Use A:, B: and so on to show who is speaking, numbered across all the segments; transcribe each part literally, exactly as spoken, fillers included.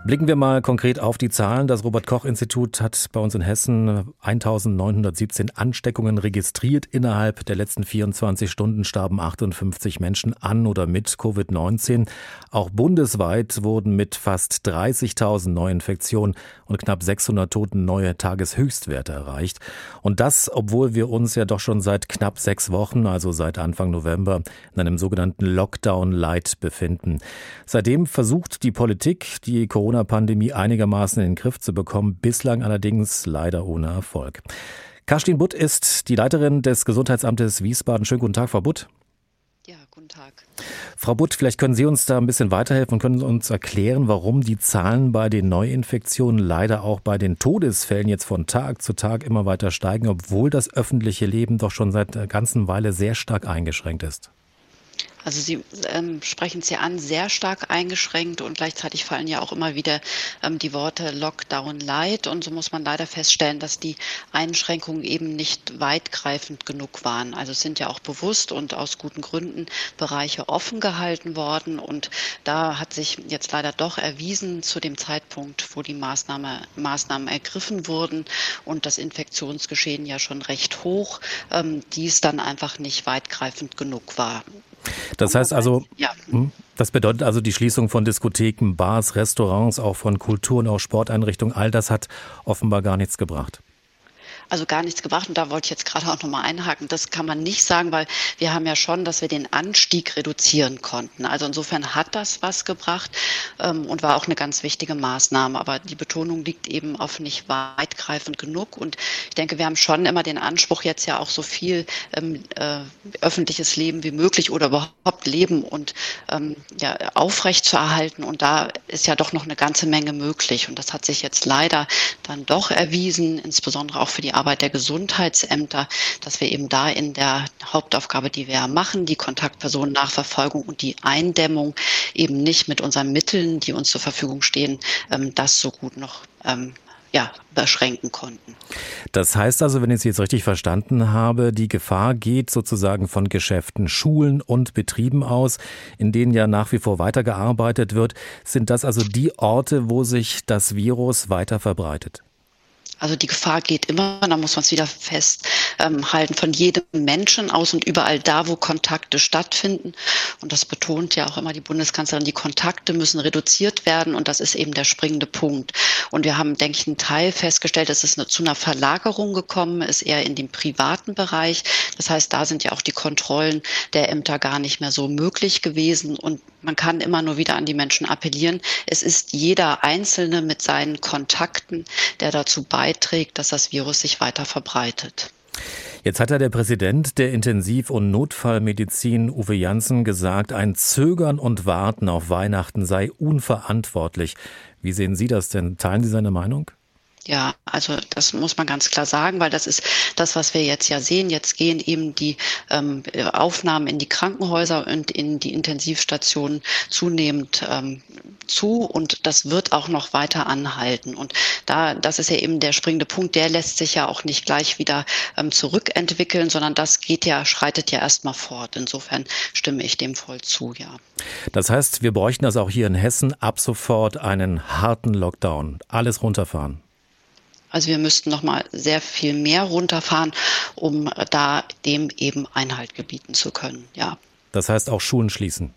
A: Blicken wir mal konkret auf die Zahlen. Das Robert-Koch-Institut hat bei uns in Hessen eintausendneunhundertsiebzehn Ansteckungen registriert. Innerhalb der letzten vierundzwanzig Stunden starben achtundfünfzig Menschen an oder mit Covid neunzehn. Auch bundesweit wurden mit fast dreißigtausend Neuinfektionen und knapp sechshundert Toten neue Tageshöchstwerte erreicht. Und das, obwohl wir uns ja doch schon seit knapp sechs Wochen, also seit Anfang November, in einem sogenannten Lockdown-Light befinden. Seitdem versucht die Politik, die Corona-Pandemie einigermaßen in den Griff zu bekommen, bislang allerdings leider ohne Erfolg. Kerstin Butt ist die Leiterin des Gesundheitsamtes Wiesbaden. Schönen guten Tag, Frau Butt.
B: Ja, guten Tag.
A: Frau Butt, vielleicht können Sie uns da ein bisschen weiterhelfen und können uns erklären, warum die Zahlen bei den Neuinfektionen leider auch bei den Todesfällen jetzt von Tag zu Tag immer weiter steigen, obwohl das öffentliche Leben doch schon seit einer ganzen Weile sehr stark eingeschränkt ist.
B: Also Sie ähm, sprechen es ja an, sehr stark eingeschränkt, und gleichzeitig fallen ja auch immer wieder ähm, die Worte Lockdown Light, und so muss man leider feststellen, dass die Einschränkungen eben nicht weitgreifend genug waren. Also es sind ja auch bewusst und aus guten Gründen Bereiche offen gehalten worden, und da hat sich jetzt leider doch erwiesen, zu dem Zeitpunkt, wo die Maßnahme, Maßnahmen ergriffen wurden und das Infektionsgeschehen ja schon recht hoch, ähm, dies dann einfach nicht weitgreifend genug war.
A: Das heißt also,
B: ja.
A: das bedeutet also die Schließung von Diskotheken, Bars, Restaurants, auch von Kultur- und auch Sporteinrichtungen, all das hat offenbar gar nichts gebracht.
B: Also gar nichts gebracht, und da wollte ich jetzt gerade auch nochmal einhaken. Das kann man nicht sagen, weil wir haben ja schon, dass wir den Anstieg reduzieren konnten. Also insofern hat das was gebracht ähm, und war auch eine ganz wichtige Maßnahme. Aber die Betonung liegt eben auf nicht weitgreifend genug. Und ich denke, wir haben schon immer den Anspruch, jetzt ja auch so viel ähm, äh, öffentliches Leben wie möglich oder überhaupt Leben und ähm, ja, aufrecht zu erhalten. Und da ist ja doch noch eine ganze Menge möglich. Und das hat sich jetzt leider dann doch erwiesen, insbesondere auch für die Arbeit der Gesundheitsämter, dass wir eben da in der Hauptaufgabe, die wir machen, die Kontaktpersonennachverfolgung und die Eindämmung, eben nicht mit unseren Mitteln, die uns zur Verfügung stehen, das so gut noch ähm, ja, beschränken konnten.
A: Das heißt also, wenn ich Sie jetzt richtig verstanden habe, die Gefahr geht sozusagen von Geschäften, Schulen und Betrieben aus, in denen ja nach wie vor weitergearbeitet wird. Sind das also die Orte, wo sich das Virus weiter verbreitet?
B: Also die Gefahr geht immer, da muss man es wieder festhalten, von jedem Menschen aus und überall da, wo Kontakte stattfinden. Und das betont ja auch immer die Bundeskanzlerin, die Kontakte müssen reduziert werden, und das ist eben der springende Punkt. Und wir haben, denke ich, einen Teil festgestellt, dass es zu einer Verlagerung gekommen ist, eher in den privaten Bereich. Das heißt, da sind ja auch die Kontrollen der Ämter gar nicht mehr so möglich gewesen, und man kann immer nur wieder an die Menschen appellieren. Es ist jeder Einzelne mit seinen Kontakten, der dazu beiträgt, dass das Virus sich weiter verbreitet.
A: Jetzt hat ja der Präsident der Intensiv- und Notfallmedizin, Uwe Janssen, gesagt, ein Zögern und Warten auf Weihnachten sei unverantwortlich. Wie sehen Sie das denn? Teilen Sie seine Meinung?
B: Ja, also das muss man ganz klar sagen, weil das ist das, was wir jetzt ja sehen. Jetzt gehen eben die ähm, Aufnahmen in die Krankenhäuser und in die Intensivstationen zunehmend ähm, zu, und das wird auch noch weiter anhalten. Und da, das ist ja eben der springende Punkt, der lässt sich ja auch nicht gleich wieder ähm, zurückentwickeln, sondern das geht ja, schreitet ja erstmal fort. Insofern stimme ich dem voll zu, ja.
A: Das heißt, wir bräuchten also auch hier in Hessen ab sofort einen harten Lockdown, alles runterfahren.
B: Also wir müssten noch mal sehr viel mehr runterfahren, um da dem eben Einhalt gebieten zu können, ja.
A: Das heißt auch Schulen schließen?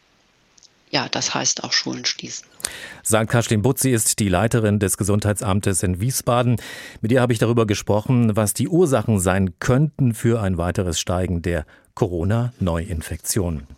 B: Ja, das heißt auch Schulen schließen.
A: Sagt Kerstin Butt, sie ist die Leiterin des Gesundheitsamtes in Wiesbaden. Mit ihr habe ich darüber gesprochen, was die Ursachen sein könnten für ein weiteres Steigen der Corona-Neuinfektionen.